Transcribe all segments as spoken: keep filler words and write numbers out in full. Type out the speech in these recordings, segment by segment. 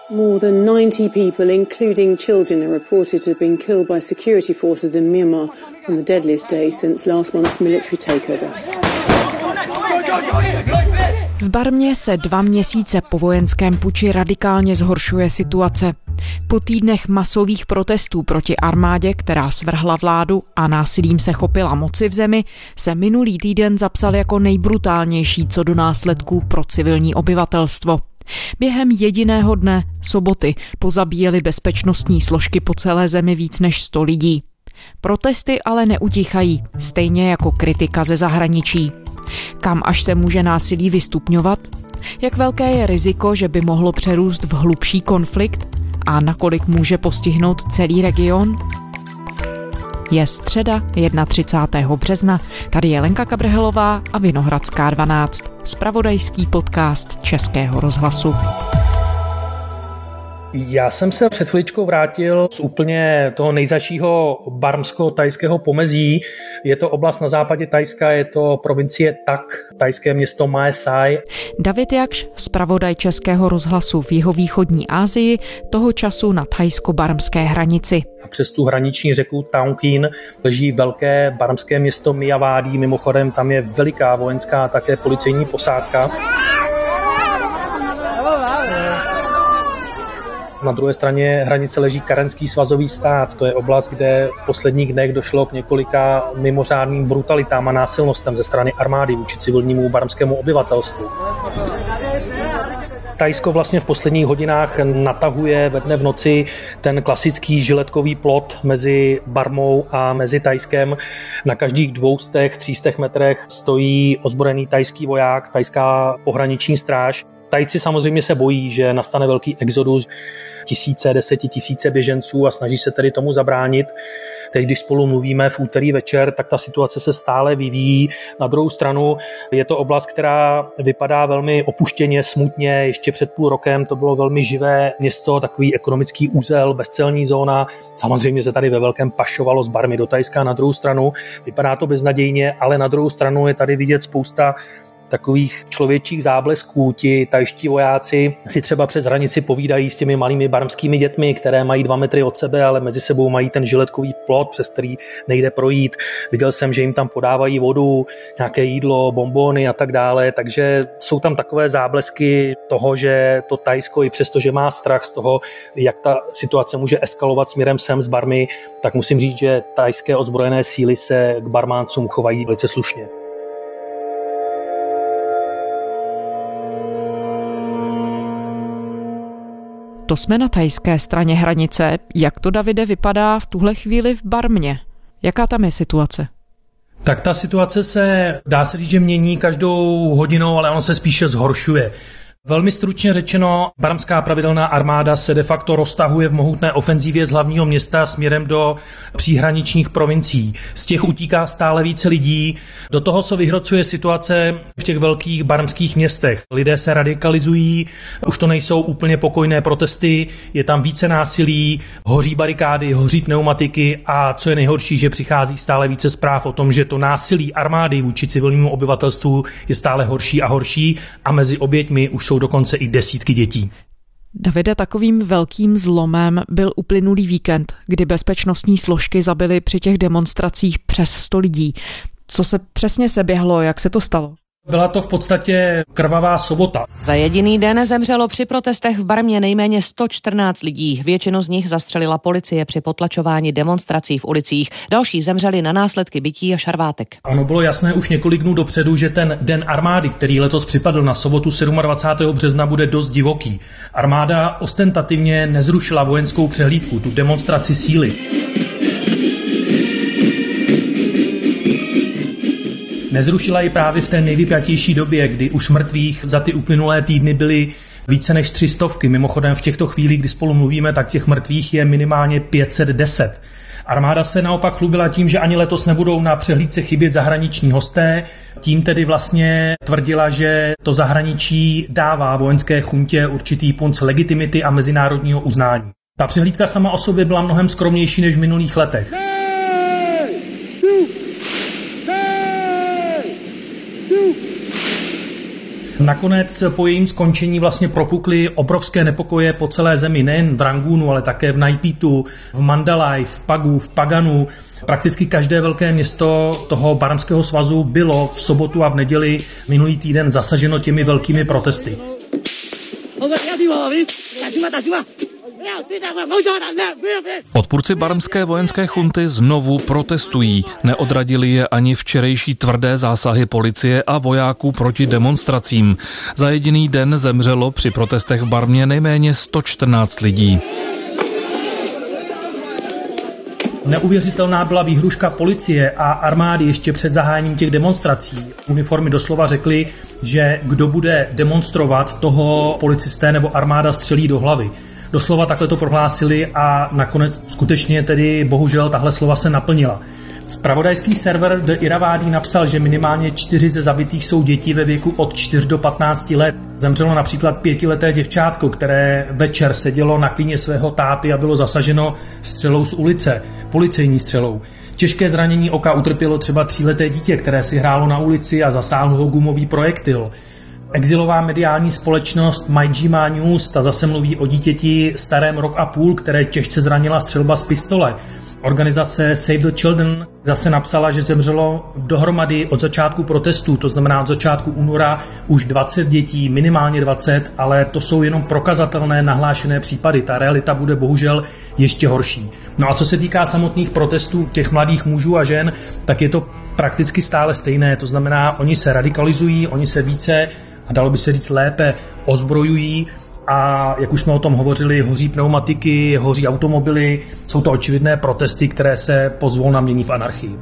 More than ninety people, including children, are reported to have been killed by security forces in Myanmar on the deadliest day since last month's military takeover. V Barmě se dva měsíce po vojenském puči radikálně zhoršuje situace. Po týdnech masových protestů proti armádě, která svrhla vládu a násilím se chopila moci v zemi, se minulý týden zapsal jako nejbrutálnější co do následků pro civilní obyvatelstvo. Během jediného dne, soboty, pozabíjeli bezpečnostní složky po celé zemi víc než sto lidí. Protesty ale neutichají, stejně jako kritika ze zahraničí. Kam až se může násilí vystupňovat? Jak velké je riziko, že by mohlo přerůst v hlubší konflikt? A nakolik může postihnout celý region? Je středa třicátého prvního března, tady je Lenka Kabrhelová a Vinohradská dvanáct, zpravodajský podcast Českého rozhlasu. Já jsem se před chviličkou vrátil z úplně toho nejzašího barmsko-thajského pomezí. Je to oblast na západě Thajska, je to provincie Tak, thajské město Mae Sai. David Jakš, zpravodaj Českého rozhlasu v jihovýchodní Asii, toho času na thajsko-barmské hranici. A přes tu hraniční řeku Taungkin leží velké barmské město Miyawadi, mimochodem tam je veliká vojenská také policejní posádka. Na druhé straně hranice leží Karenský svazový stát. To je oblast, kde v posledních dnech došlo k několika mimořádným brutalitám a násilnostem ze strany armády vůči civilnímu barmskému obyvatelstvu. Thajsko vlastně v posledních hodinách natahuje ve dne v noci ten klasický žiletkový plot mezi Barmou a mezi Thajskem. Na každých dvoustech, třístech metrech stojí ozbrojený thajský voják, thajská pohraniční stráž. Thajci samozřejmě se bojí, že nastane velký exodus, tisíce, desetitisíce běženců a snaží se tedy tomu zabránit. Teď, když spolu mluvíme v úterý večer, tak ta situace se stále vyvíjí. Na druhou stranu je to oblast, která vypadá velmi opuštěně, smutně. Ještě před půl rokem to bylo velmi živé město, takový ekonomický úzel, bezcelní zóna. Samozřejmě se tady ve velkém pašovalo z Barmy do Thajska. Na druhou stranu vypadá to beznadějně, ale na druhou stranu je tady vidět spousta takových člověčích záblesků. Ti tajští vojáci si třeba přes hranici povídají s těmi malými barmskými dětmi, které mají dva metry od sebe, ale mezi sebou mají ten žiletkový plot, přes který nejde projít. Viděl jsem, že jim tam podávají vodu, nějaké jídlo, bonbony a tak dále, takže jsou tam takové záblesky toho, že to Thajsko, i přesto, že má strach z toho, jak ta situace může eskalovat směrem sem z Barmy, tak musím říct, že thajské ozbrojené síly se k Barmáncům chovají velice slušně. To jsme na thajské straně hranice. Jak to, Davide, vypadá v tuhle chvíli v Barmě? Jaká tam je situace? Tak ta situace se, dá se říct, že mění každou hodinou, ale ono se spíše zhoršuje. Velmi stručně řečeno, barmská pravidelná armáda se de facto roztahuje v mohutné ofenzívě z hlavního města směrem do příhraničních provincií. Z těch utíká stále více lidí. Do toho se vyhrocuje situace v těch velkých barmských městech. Lidé se radikalizují, už to nejsou úplně pokojné protesty, je tam více násilí, hoří barikády, hoří pneumatiky a co je nejhorší, že přichází stále více zpráv o tom, že to násilí armády vůči civilnímu obyvatelstvu je stále horší a horší a mezi oběťmi už jsou dokonce i desítky dětí. Davide, takovým velkým zlomem byl uplynulý víkend, kdy bezpečnostní složky zabily při těch demonstracích přes sto lidí. Co se přesně seběhlo, jak se to stalo? Byla to v podstatě krvavá sobota. Za jediný den zemřelo při protestech v Barmě nejméně sto čtrnáct lidí. Většinu z nich zastřelila policie při potlačování demonstrací v ulicích. Další zemřeli na následky bití a šarvátek. Ono bylo jasné už několik dnů dopředu, že ten den armády, který letos připadl na sobotu dvacátého sedmého března, bude dost divoký. Armáda ostentativně nezrušila vojenskou přehlídku, tu demonstraci síly. Nezrušila ji právě v té nejvypjatější době, kdy už mrtvých za ty uplynulé týdny byly více než tři stovky. Mimochodem v těchto chvílích, kdy spolu mluvíme, tak těch mrtvých je minimálně pět set deset. Armáda se naopak chlubila tím, že ani letos nebudou na přehlídce chybět zahraniční hosté. Tím tedy vlastně tvrdila, že to zahraničí dává vojenské chuntě určitý punc legitimity a mezinárodního uznání. Ta přehlídka sama o sobě byla mnohem skromnější než v minulých letech. Nakonec po jejím skončení vlastně propukly obrovské nepokoje po celé zemi, nejen v Rangúnu, ale také v Naypitu, v Mandalay, v Pagu, v Paganu. Prakticky každé velké město toho Barmského svazu bylo v sobotu a v neděli minulý týden zasaženo těmi velkými protesty. Odpůrci barmské vojenské chunty znovu protestují. Neodradili je ani včerejší tvrdé zásahy policie a vojáků proti demonstracím. Za jediný den zemřelo při protestech v Barmě nejméně sto čtrnáct lidí. Neuvěřitelná byla výhruška policie a armády ještě před zahájením těch demonstrací. Uniformy doslova řekly, že kdo bude demonstrovat, toho policisté nebo armáda střelí do hlavy. Doslova takhle to prohlásili a nakonec skutečně tedy bohužel tahle slova se naplnila. Zpravodajský server The Irrawaddy napsal, že minimálně čtyři ze zabitých jsou děti ve věku od čtyř do patnácti let. Zemřelo například pětileté děvčátko, které večer sedělo na klíně svého táty a bylo zasaženo střelou z ulice, policejní střelou. Těžké zranění oka utrpělo třeba tříleté dítě, které si hrálo na ulici a zasáhl ho gumový projektil. Exilová mediální společnost Myjima News, ta zase mluví o dítěti starém rok a půl, které těžce zranila střelba z pistole. Organizace Save the Children zase napsala, že zemřelo dohromady od začátku protestů, to znamená od začátku února, už dvacet dětí, minimálně dvacet, ale to jsou jenom prokazatelné nahlášené případy. Ta realita bude bohužel ještě horší. No a co se týká samotných protestů těch mladých mužů a žen, tak je to prakticky stále stejné. To znamená, oni se radikalizují, oni se více a dalo by se říct lépe ozbrojují a jak už jsme o tom hovořili, hoří pneumatiky, hoří automobily, jsou to očividné protesty, které se pozvolna mění v anarchii.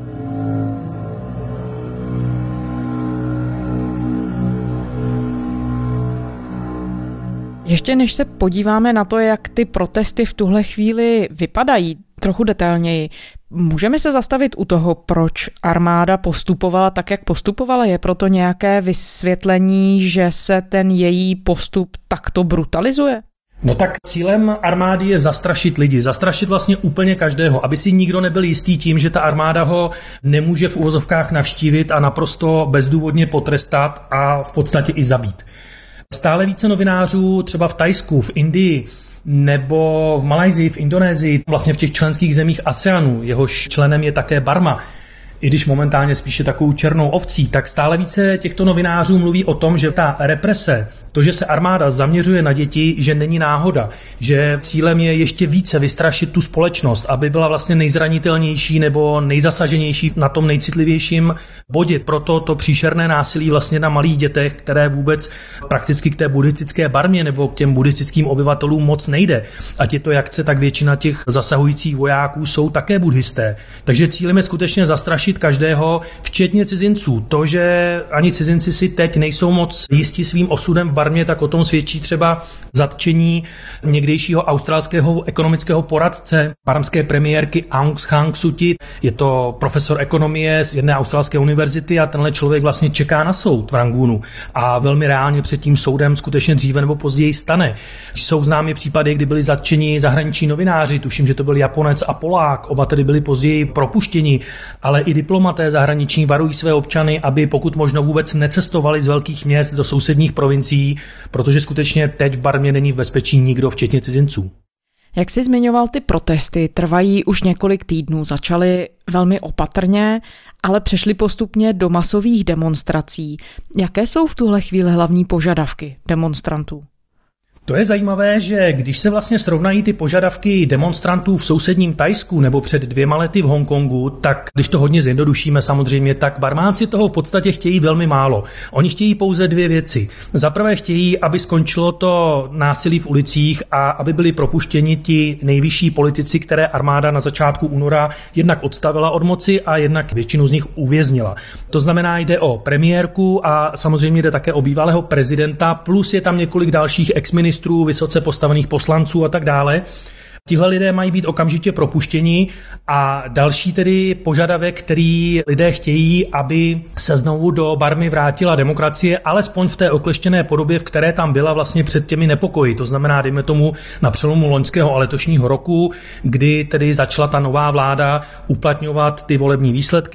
Ještě než se podíváme na to, jak ty protesty v tuhle chvíli vypadají, trochu detailněji, můžeme se zastavit u toho, proč armáda postupovala tak, jak postupovala? Je proto nějaké vysvětlení, že se ten její postup takto brutalizuje? No tak cílem armády je zastrašit lidi, zastrašit vlastně úplně každého, aby si nikdo nebyl jistý tím, že ta armáda ho nemůže v uvozovkách navštívit a naprosto bezdůvodně potrestat a v podstatě i zabít. Stále více novinářů třeba v Thajsku, v Indii nebo v Malajsii, v Indonésii, vlastně v těch členských zemích ASEANu, jehož členem je také Barma, i když momentálně spíše takovou černou ovcí, tak stále více těchto novinářů mluví o tom, že ta represe, to, že se armáda zaměřuje na děti, že není náhoda, že cílem je ještě více vystrašit tu společnost, aby byla vlastně nejzranitelnější nebo nejzasaženější na tom nejcitlivějším bodě. Proto to příšerné násilí vlastně na malých dětech, které vůbec prakticky k té buddhistické Barmě nebo k těm buddhistickým obyvatelům moc nejde. Ať je to jak chce, tak většina těch zasahujících vojáků jsou také buddhisté. Takže cílem je skutečně zastrašit každého, včetně cizinců. To, že ani cizinci si teď nejsou moc jistí svým osudem v Barmě, tak o tom svědčí třeba zatčení někdejšího australského ekonomického poradce barmské premiérky Aung San Suu Kyi. Je to profesor ekonomie z jedné australské univerzity a tenhle člověk vlastně čeká na soud v Rangúnu a velmi reálně před tím soudem skutečně dříve nebo později stane. Jsou známy případy, kdy byli zatčeni zahraniční novináři, tuším, že to byl Japonec a Polák, oba tedy byli později propuštěni, ale i diplomaté zahraniční varují své občany, aby pokud možno vůbec necestovali z velkých měst do sousedních provincií, protože skutečně teď v Barmě není v bezpečí nikdo, včetně cizinců. Jak jsi zmiňoval, ty protesty trvají už několik týdnů, začaly velmi opatrně, ale přešly postupně do masových demonstrací. Jaké jsou v tuhle chvíli hlavní požadavky demonstrantů? To je zajímavé, že když se vlastně srovnají ty požadavky demonstrantů v sousedním Thajsku nebo před dvěma lety v Hongkongu, tak když to hodně zjednodušíme samozřejmě, tak Barmánci toho v podstatě chtějí velmi málo. Oni chtějí pouze dvě věci. Za prvé chtějí, aby skončilo to násilí v ulicích a aby byli propuštěni ti nejvyšší politici, které armáda na začátku února jednak odstavila od moci a jednak většinu z nich uvěznila. To znamená, jde o premiérku a samozřejmě jde také o bývalého prezidenta, plus je tam několik dalších exministrů, vysoce postavených poslanců a tak dále. Tihle lidé mají být okamžitě propuštěni a další tedy požadavek, který lidé chtějí, aby se znovu do Barmy vrátila demokracie, alespoň v té okleštěné podobě, v které tam byla vlastně před těmi nepokoji. To znamená, dejme tomu na přelomu loňského a letošního roku, kdy tedy začala ta nová vláda uplatňovat ty volební výsledky.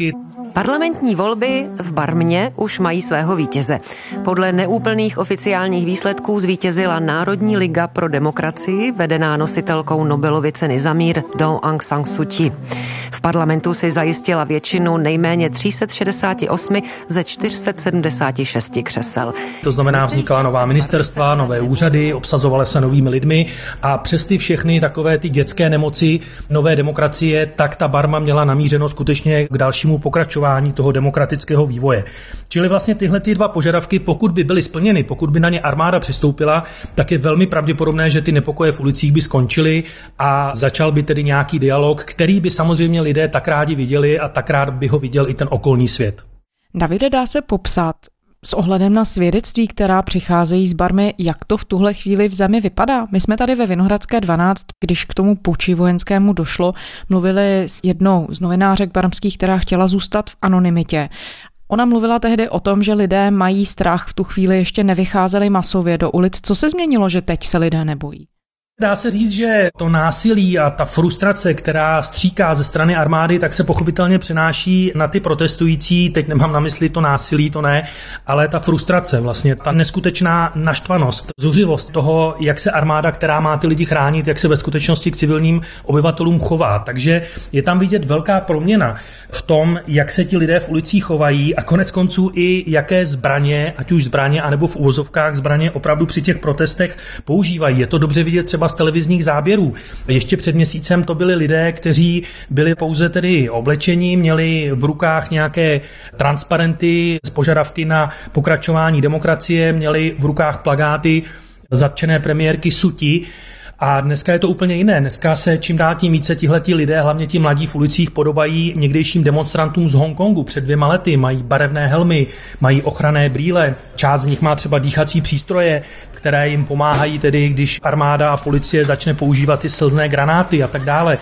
Parlamentní volby v Barmě už mají svého vítěze. Podle neúplných oficiálních výsledků zvítězila Národní liga pro demokracii, vedená nositelkou Nobelovy ceny za mír Daw Aung San Suu Kyi. V parlamentu si zajistila většinu nejméně tři sta šedesát osm ze čtyři sta sedmdesát šest křesel. To znamená, vznikala nová ministerstva, nové úřady, obsazovaly se novými lidmi a přes ty všechny takové ty dětské nemoci nové demokracie, tak ta Barma měla namířeno skutečně k dalšímu pokračování toho demokratického vývoje. Čili vlastně tyhle ty dva požadavky, pokud by byly splněny, pokud by na ně armáda přistoupila, tak je velmi pravděpodobné, že ty nepokoje v ulicích by skončily a začal by tedy nějaký dialog, který by samozřejmě lidé tak rádi viděli a tak rád by ho viděl i ten okolní svět. Davide, dá se popsat s ohledem na svědectví, která přicházejí z Barmy, jak to v tuhle chvíli v zemi vypadá? My jsme tady ve Vinohradské dvanáct, když k tomu puči vojenskému došlo, mluvili s jednou z novinářek barmských, která chtěla zůstat v anonymitě. Ona mluvila tehdy o tom, že lidé mají strach, v tu chvíli ještě nevycházeli masově do ulic. Co se změnilo, že teď se lidé nebojí? Dá se říct, že to násilí a ta frustrace, která stříká ze strany armády, tak se pochopitelně přenáší na ty protestující. Teď nemám na mysli to násilí, to ne, ale ta frustrace, vlastně ta neskutečná naštvanost, zuřivost toho, jak se armáda, která má ty lidi chránit, jak se ve skutečnosti k civilním obyvatelům chová. Takže je tam vidět velká proměna v tom, jak se ti lidé v ulicích chovají a konec konců i jaké zbraně, ať už zbraně, anebo v uvozovkách zbraně opravdu při těch protestech používají. Je to dobře vidět třeba z televizních záběrů. Ještě před měsícem to byli lidé, kteří byli pouze tedy oblečení, měli v rukách nějaké transparenty s požadavky na pokračování demokracie, měli v rukách plakáty zatčené premiérky Suu Kyi. A dneska je to úplně jiné. Dneska se čím dál tím více tihleti lidé, hlavně ti mladí v ulicích, podobají někdejším demonstrantům z Hongkongu před dvěma lety. Mají barevné helmy, mají ochranné brýle, část z nich má třeba dýchací přístroje, které jim pomáhají tedy, když armáda a policie začne používat ty slzné granáty a tak dále.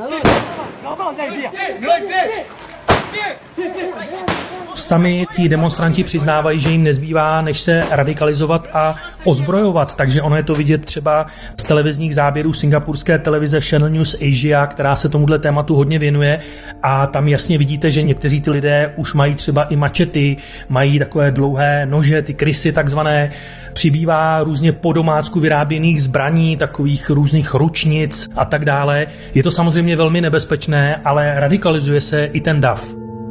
Sami ti demonstranti přiznávají, že jim nezbývá, než se radikalizovat a ozbrojovat. Takže ono je to vidět třeba z televizních záběrů singapurské televize Channel News Asia, která se tomuhle tématu hodně věnuje. A tam jasně vidíte, že někteří ty lidé už mají třeba i mačety, mají takové dlouhé nože, ty krysy takzvané. Přibývá různě po domácku vyráběných zbraní, takových různých ručnic a tak dále. Je to samozřejmě velmi nebezpečné, ale radikalizuje se i ten dav.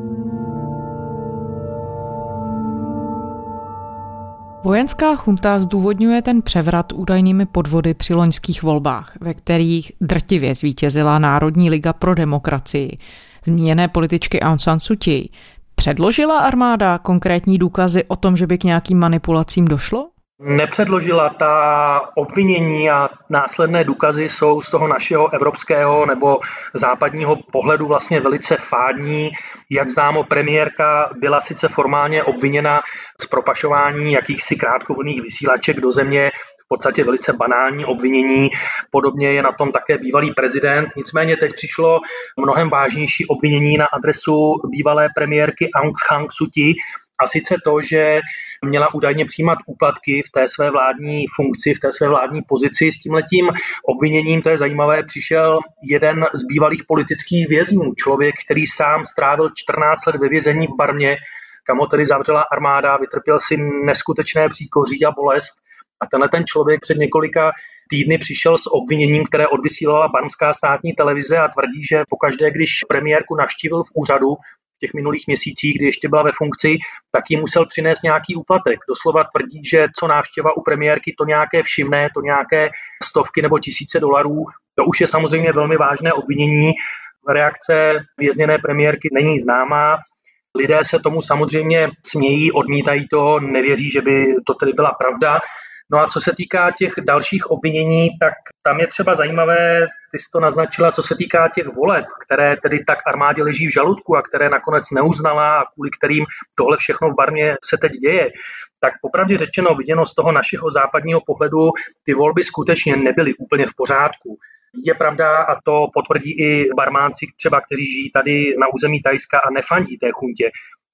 Vojenská chunta zdůvodňuje ten převrat údajnými podvody při loňských volbách, ve kterých drtivě zvítězila Národní liga pro demokracii. Zmíněné političky Aung San Suu Kyi. Předložila armáda konkrétní důkazy o tom, že by k nějakým manipulacím došlo? Nepředložila. Ta obvinění a následné důkazy jsou z toho našeho evropského nebo západního pohledu vlastně velice fádní. Jak známo, premiérka byla sice formálně obviněna z propašování jakýchsi krátkovlnných vysílaček do země, v podstatě velice banální obvinění. Podobně je na tom také bývalý prezident. Nicméně teď přišlo mnohem vážnější obvinění na adresu bývalé premiérky Aung San Suu Kyi, a sice to, že měla údajně přijímat úplatky v té své vládní funkci, v té své vládní pozici. S tímhletím obviněním, to je zajímavé, přišel jeden z bývalých politických vězňů, člověk, který sám strávil čtrnáct let ve vězení v Barmě, kam ho tedy zavřela armáda, vytrpěl si neskutečné příkoří a bolest. A tenhle ten člověk před několika týdny přišel s obviněním, které odvysílala barmská státní televize a tvrdí, že pokaždé, když premiérku navštívil v úřadu, v těch minulých měsících, kdy ještě byla ve funkci, tak jí musel přinést nějaký úplatek. Doslova tvrdí, že co návštěva u premiérky, to nějaké všimné, to nějaké stovky nebo tisíce dolarů. To už je samozřejmě velmi vážné obvinění. Reakce vězněné premiérky není známá. Lidé se tomu samozřejmě smějí, odmítají to, nevěří, že by to tedy byla pravda. No a co se týká těch dalších obvinění, tak tam je třeba zajímavé, ty jsi to naznačila, co se týká těch voleb, které tedy tak armádě leží v žaludku a které nakonec neuznala a kvůli kterým tohle všechno v Barmě se teď děje. Tak popravdě řečeno, viděno z toho našeho západního pohledu, ty volby skutečně nebyly úplně v pořádku. Je pravda, a to potvrdí i Barmánci třeba, kteří žijí tady na území Thajska a nefandí té chuntě,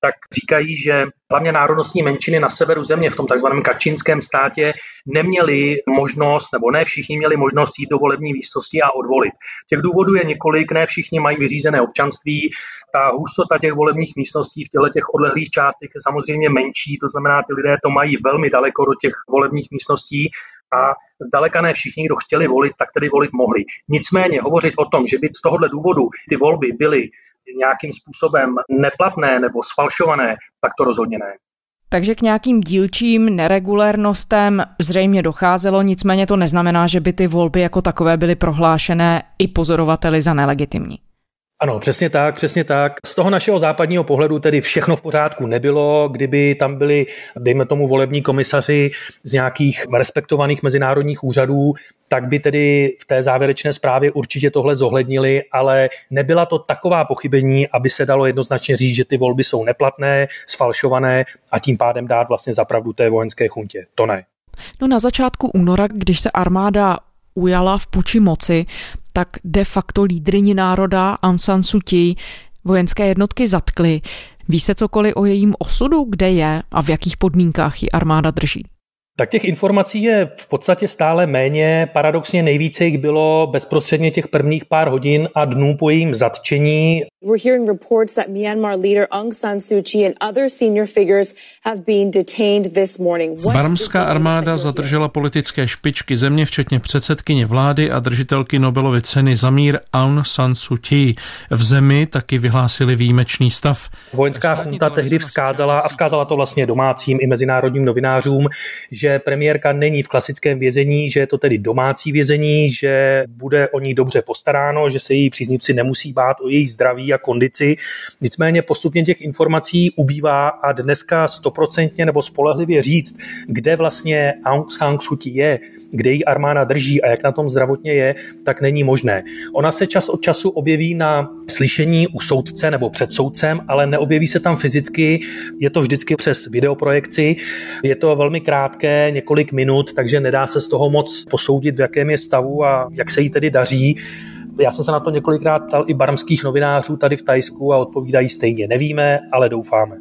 tak říkají, že hlavně národnostní menšiny na severu země, v tom takzvaném kačínském státě, neměli možnost, nebo ne všichni měli možnost jít do volební místnosti a odvolit. Těch důvodů je několik, ne všichni mají vyřízené občanství, ta hustota těch volebních místností v těchto těch odlehlých částech je samozřejmě menší, to znamená, ty lidé to mají velmi daleko do těch volebních místností a zdaleka ne všichni, kdo chtěli volit, tak tedy volit mohli. Nicméně hovořit o tom, že by z tohohle důvodu ty volby byly nějakým způsobem neplatné nebo sfalšované, tak to rozhodně ne. Takže k nějakým dílčím neregulérnostem zřejmě docházelo, nicméně to neznamená, že by ty volby jako takové byly prohlášené i pozorovateli za nelegitimní. Ano, přesně tak, přesně tak. Z toho našeho západního pohledu tedy všechno v pořádku nebylo, kdyby tam byli, dejme tomu, volební komisaři z nějakých respektovaných mezinárodních úřadů, tak by tedy v té závěrečné zprávě určitě tohle zohlednili, ale nebyla to taková pochybení, aby se dalo jednoznačně říct, že ty volby jsou neplatné, sfalšované a tím pádem dát vlastně zapravdu té vojenské chuntě. To ne. No na začátku února, když se armáda ujala v puči moci, tak de facto lídryni národa Aung San Suu Kyi vojenské jednotky zatkly. Ví se cokoliv o jejím osudu, kde je a v jakých podmínkách ji armáda drží? Tak těch informací je v podstatě stále méně. Paradoxně nejvíce jich bylo bezprostředně těch prvních pár hodin a dnů po jejím zatčení. We're hearing reports that Myanmar leader Aung San Suu Kyi and other senior figures have been detained this morning. Barmská armáda zadržela politické špičky země, včetně předsedkyně vlády a držitelky Nobelovy ceny za mír Aung San Suu Kyi. V zemi taky vyhlásili výjimečný stav. Vojenská chunta tehdy vzkázala, a vzkázala to vlastně domácím i mezinárodním novinářům, že premiérka není v klasickém vězení, že je to tedy domácí vězení, že bude o ní dobře postaráno, že se její příznivci nemusí bát o její zdraví a kondici. Nicméně postupně těch informací ubývá a dneska stoprocentně nebo spolehlivě říct, kde vlastně Aung San Suu Kyi je, kde jí armáda drží a jak na tom zdravotně je, tak není možné. Ona se čas od času objeví na slyšení u soudce nebo před soudcem, ale neobjeví se tam fyzicky, je to vždycky přes videoprojekci, je to velmi krátké, několik minut, takže nedá se z toho moc posoudit, v jakém je stavu a jak se jí tedy daří. Já jsem se na to několikrát ptal i barmských novinářů tady v Thajsku a odpovídají stejně. Nevíme, ale doufáme.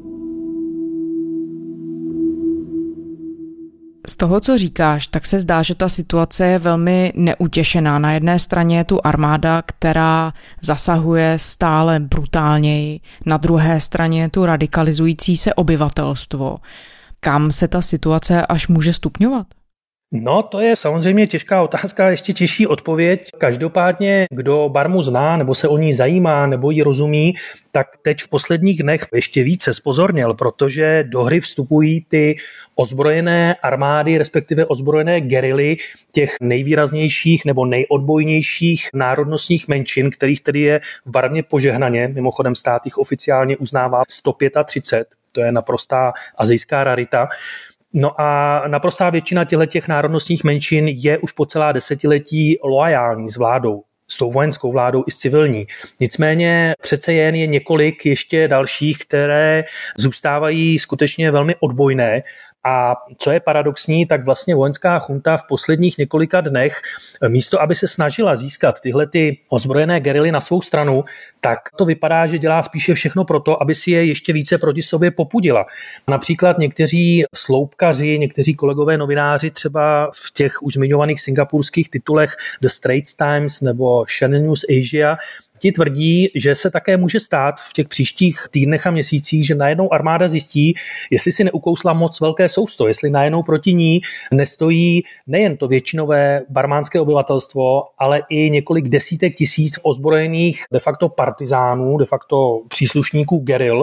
Z toho, co říkáš, tak se zdá, že ta situace je velmi neutěšená. Na jedné straně je tu armáda, která zasahuje stále brutálněji, na druhé straně je tu radikalizující se obyvatelstvo. Kam se ta situace až může stupňovat? No, to je samozřejmě těžká otázka, ještě těžší odpověď. Každopádně, kdo Barmu zná, nebo se o ní zajímá, nebo ji rozumí, tak teď v posledních dnech ještě více zpozorněl, protože do hry vstupují ty ozbrojené armády, respektive ozbrojené gerily těch nejvýraznějších nebo nejodbojnějších národnostních menšin, kterých tedy je v Barmě požehnaně. Mimochodem stát jich oficiálně uznává sto třicet pět, to je naprostá asijská rarita. No a naprostá většina těch národnostních menšin je už po celá desetiletí loajální s vládou, s tou vojenskou vládou i s civilní. Nicméně přece jen je několik ještě dalších, které zůstávají skutečně velmi odbojné. A co je paradoxní, tak vlastně vojenská chunta v posledních několika dnech místo, aby se snažila získat tyhle ty ozbrojené gerily na svou stranu, tak to vypadá, že dělá spíše všechno proto, aby si je ještě více proti sobě popudila. Například někteří sloupkaři, někteří kolegové novináři třeba v těch už zmiňovaných singapurských titulech The Straits Times nebo Channel News Asia ti tvrdí, že se také může stát v těch příštích týdnech a měsících, že najednou armáda zjistí, jestli si neukousla moc velké sousto, jestli najednou proti ní nestojí nejen to většinové barmánské obyvatelstvo, ale i několik desítek tisíc ozbrojených de facto partizánů, de facto příslušníků geril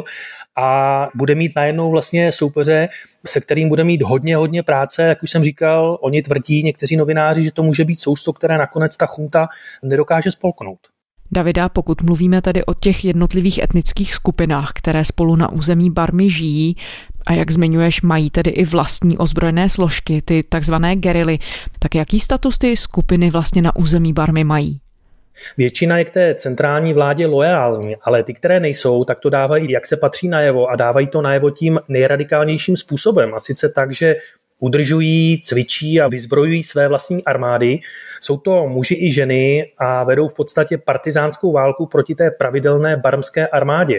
a bude mít najednou vlastně soupeře, se kterým bude mít hodně, hodně práce. Jak už jsem říkal, oni tvrdí, někteří novináři, že to může být sousto, které nakonec ta chunta nedokáže spolknout. Davida, pokud mluvíme tedy o těch jednotlivých etnických skupinách, které spolu na území Barmy žijí a jak zmiňuješ, mají tedy i vlastní ozbrojené složky, ty takzvané gerily, tak jaký status ty skupiny vlastně na území Barmy mají? Většina je k té centrální vládě loajální, ale ty, které nejsou, tak to dávají, jak se patří najevo a dávají to najevo tím nejradikálnějším způsobem. A sice tak, že udržují, cvičí a vyzbrojují své vlastní armády. Jsou to muži i ženy a vedou v podstatě partizánskou válku proti té pravidelné barmské armádě.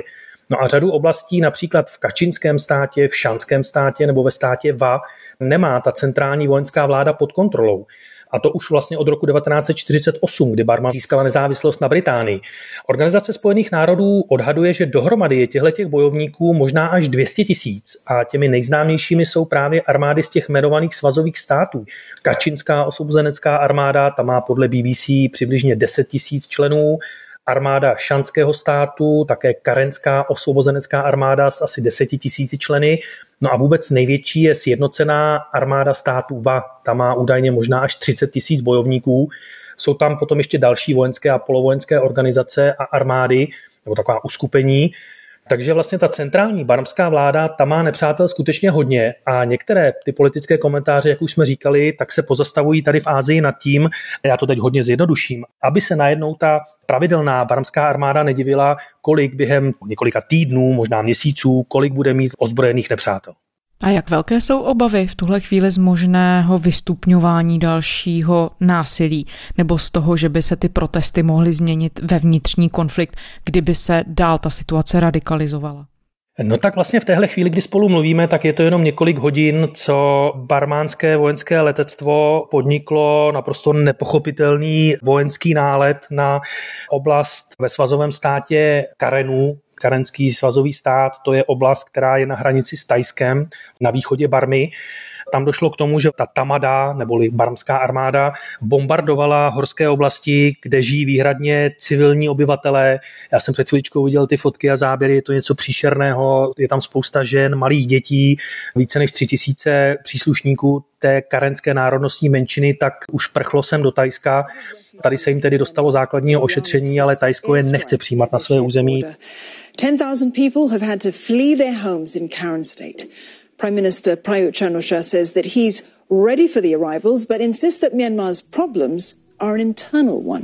No a řadu oblastí, například v Kačinském státě, v Šanském státě nebo ve státě Va, nemá ta centrální vojenská vláda pod kontrolou. A to už vlastně od roku devatenáct set čtyřicet osm, kdy Barma získala nezávislost na Británii. Organizace spojených národů odhaduje, že dohromady je těchto bojovníků možná až dvě stě tisíc a těmi nejznámějšími jsou právě armády z těch jmenovaných svazových států. Kačinská osvobozenecká armáda, ta má podle B B C přibližně deset tisíc členů, armáda Šanského státu, také Karenská osvobozenecká armáda s asi deseti tisíci členy. No a vůbec největší je sjednocená armáda států Va. Ta má údajně možná až třicet tisíc bojovníků. Jsou tam potom ještě další vojenské a polovojenské organizace a armády, nebo taková uskupení. Takže vlastně ta centrální barmská vláda, ta má nepřátel skutečně hodně a některé ty politické komentáře, jak už jsme říkali, tak se pozastavují tady v Asii nad tím, já to teď hodně zjednoduším, aby se najednou ta pravidelná barmská armáda nedivila, kolik během několika týdnů, možná měsíců, kolik bude mít ozbrojených nepřátel. A jak velké jsou obavy v tuhle chvíli z možného vystupňování dalšího násilí nebo z toho, že by se ty protesty mohly změnit ve vnitřní konflikt, kdyby se dál ta situace radikalizovala? No tak vlastně v téhle chvíli, kdy spolu mluvíme, tak je to jenom několik hodin, co barmánské vojenské letectvo podniklo naprosto nepochopitelný vojenský nálet na oblast ve svazovém státě Karenu. Karenský svazový stát, to je oblast, která je na hranici s Thajskem na východě Barmy. Tam došlo k tomu, že ta Tamada, neboli barmská armáda, bombardovala horské oblasti, kde žijí výhradně civilní obyvatelé. Já jsem před chvíličkou viděl ty fotky a záběry, je to něco příšerného, je tam spousta žen, malých dětí, více než tři tisíce příslušníků té karenské národnostní menšiny, tak už prchlo sem do Thajska. Tady se jim tedy dostalo základního ošetření, ale Thajsko je nechce přijímat na své území. ten thousand people have had to flee their homes in Karen State. Prime Minister Prayut Chan-o-cha says that he's ready for the arrivals, but insists that Myanmar's problems are an internal one.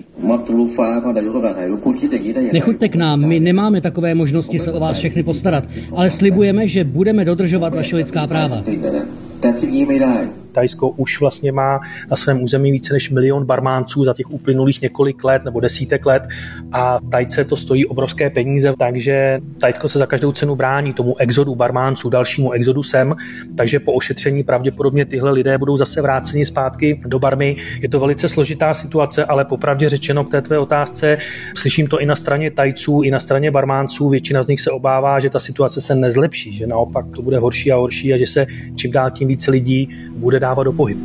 Nechoďte k nám, my nemáme takové možnosti se o vás všechny postarat, ale slibujeme, že budeme dodržovat vaše lidská práva. Thajsko už vlastně má na svém území více než milion Barmánců za těch uplynulých několik let nebo desítek let a Thajce to stojí obrovské peníze, takže Thajsko se za každou cenu brání tomu exodu Barmánců, dalšímu exodu sem, takže po ošetření pravděpodobně tyhle lidé budou zase vráceni zpátky do Barmy. Je to velice složitá situace, ale popravdě řečeno k té tvé otázce, slyším to i na straně Thajců, i na straně Barmánců, většina z nich se obává, že ta situace se nezlepší, že naopak to bude horší a horší a že se čím dál tím více lidí bude dávat do pohybu.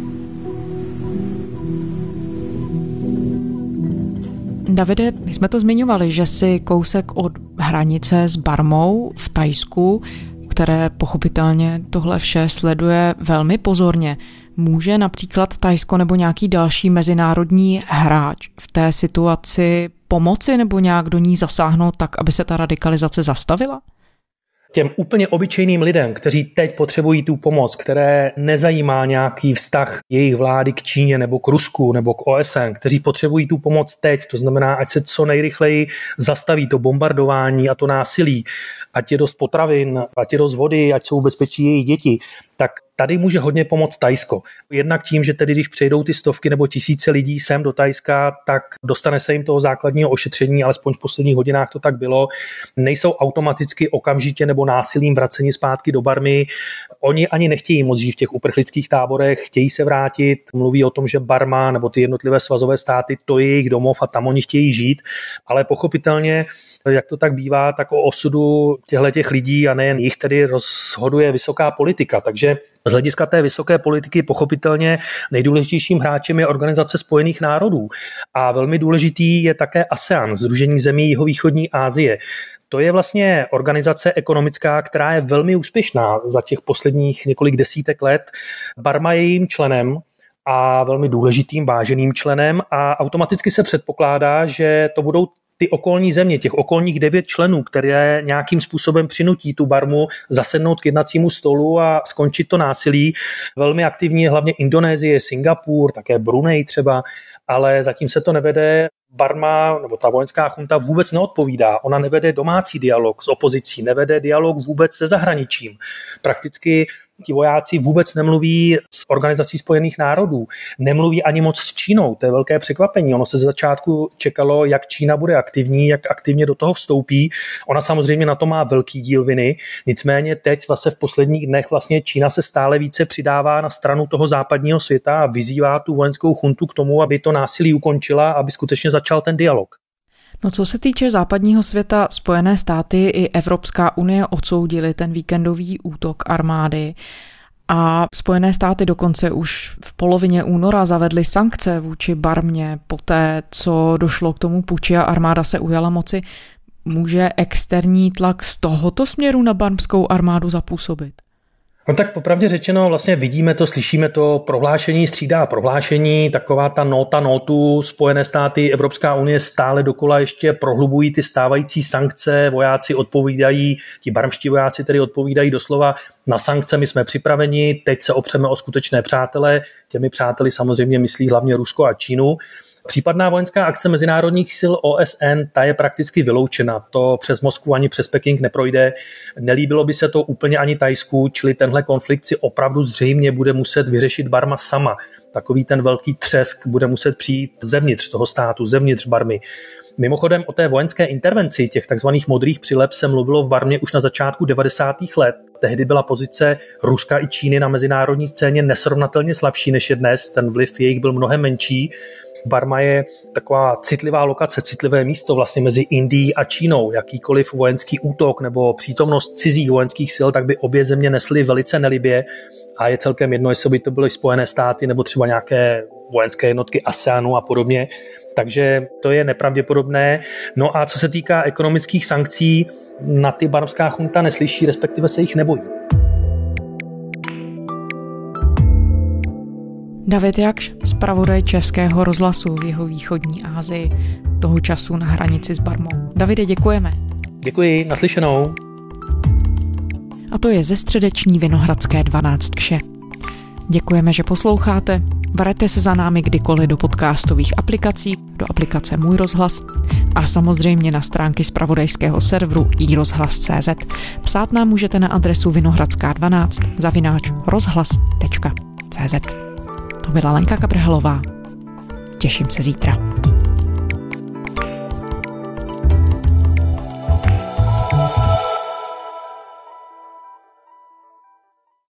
Davide, my jsme to zmiňovali, že si kousek od hranice s Barmou v Thajsku, které pochopitelně tohle vše sleduje velmi pozorně. Může například Thajsko nebo nějaký další mezinárodní hráč v té situaci pomoci nebo nějak do ní zasáhnout tak, aby se ta radikalizace zastavila? Těm úplně obyčejným lidem, kteří teď potřebují tu pomoc, které nezajímá nějaký vztah jejich vlády k Číně nebo k Rusku nebo k O S N, kteří potřebují tu pomoc teď, to znamená, ať se co nejrychleji zastaví to bombardování a to násilí, ať je dost potravin, ať je dost vody, ať jsou bezpečí jejich děti, tak tady může hodně pomoct Thajsko. Jednak tím, že tedy když přejdou ty stovky nebo tisíce lidí sem do Thajska, tak dostane se jim toho základního ošetření, alespoň v posledních hodinách to tak bylo. Nejsou automaticky okamžitě nebo násilím vraceni zpátky do Barmy. Oni ani nechtějí moc žít v těch uprchlických táborech, chtějí se vrátit, mluví o tom, že Barma nebo ty jednotlivé svazové státy, to je jejich domov a tam oni chtějí žít, ale pochopitelně, jak to tak bývá, tak o osudu těchto lidí a nejen jich tedy rozhoduje vysoká politika, takže z hlediska té vysoké politiky pochopitelně nejdůležitějším hráčem je Organizace spojených národů a velmi důležitý je také ASEAN, Sdružení zemí jihovýchodní Asie. To je vlastně organizace ekonomická, která je velmi úspěšná za těch posledních několik desítek let. Barma je jejím členem a velmi důležitým, váženým členem a automaticky se předpokládá, že to budou ty okolní země, těch okolních devět členů, které nějakým způsobem přinutí tu Barmu zasednout k jednacímu stolu a skončit to násilí. Velmi aktivní je hlavně Indonésie, Singapur, také Brunei třeba, ale zatím se to nevede. Barma nebo ta vojenská chunta vůbec neodpovídá. Ona nevede domácí dialog s opozicí, nevede dialog vůbec se zahraničím. Prakticky Ti vojáci vůbec nemluví s Organizací spojených národů, nemluví ani moc s Čínou, to je velké překvapení. Ono se z začátku čekalo, jak Čína bude aktivní, jak aktivně do toho vstoupí. Ona samozřejmě na to má velký díl viny, nicméně teď vlastně v posledních dnech vlastně Čína se stále více přidává na stranu toho západního světa a vyzývá tu vojenskou chuntu k tomu, aby to násilí ukončila, aby skutečně začal ten dialog. No co se týče západního světa, Spojené státy i Evropská unie odsoudili ten víkendový útok armády a Spojené státy dokonce už v polovině února zavedly sankce vůči Barmě poté, co došlo k tomu puči a armáda se ujala moci. Může externí tlak z tohoto směru na barmskou armádu zapůsobit? No tak popravdě řečeno, vlastně vidíme to, slyšíme to, prohlášení střídá prohlášení, taková ta nota notu, Spojené státy, Evropská unie stále dokola ještě prohlubují ty stávající sankce, vojáci odpovídají, ti barmští vojáci tedy odpovídají doslova na sankce, my jsme připraveni, teď se opřeme o skutečné přátele, těmi přáteli samozřejmě myslí hlavně Rusko a Čínu. Případná vojenská akce mezinárodních sil O S N, ta je prakticky vyloučena. To přes Moskvu ani přes Peking neprojde. Nelíbilo by se to úplně ani Thajsku, čili tenhle konflikt si opravdu zřejmě bude muset vyřešit Barma sama. Takový ten velký třesk bude muset přijít zevnitř toho státu, zevnitř Barmy. Mimochodem o té vojenské intervenci těch takzvaných modrých přileb se mluvilo v Barmě už na začátku devadesátých let. Tehdy byla pozice Ruska i Číny na mezinárodní scéně nesrovnatelně slabší než je dnes. Ten vliv jejich byl mnohem menší. Barma je taková citlivá lokace, citlivé místo vlastně mezi Indií a Čínou. Jakýkoliv vojenský útok nebo přítomnost cizích vojenských sil, tak by obě země nesly velice nelibě a je celkem jedno, jestli by to byly Spojené státy nebo třeba nějaké vojenské jednotky ASEANu a podobně. Takže to je nepravděpodobné. No a co se týká ekonomických sankcí, na ty barmská chunta neslyší, respektive se jich nebojí. David Jakš, zpravodaj Českého rozhlasu v jihovýchodní Asii, toho času na hranici s Barmou. Davide, děkujeme. Děkuji, naslyšenou. A to je ze středeční Vinohradské dvanáct vše. Děkujeme, že posloucháte. Vraťte se za námi kdykoliv do podcastových aplikací, do aplikace Můj rozhlas a samozřejmě na stránky zpravodajského serveru i rozhlas tečka cé zet. Psát nám můžete na adresu vinohradská dvanáct zavináč rozhlas tečka cé zet. To byla Lenka Kabrhelová. Těším se zítra.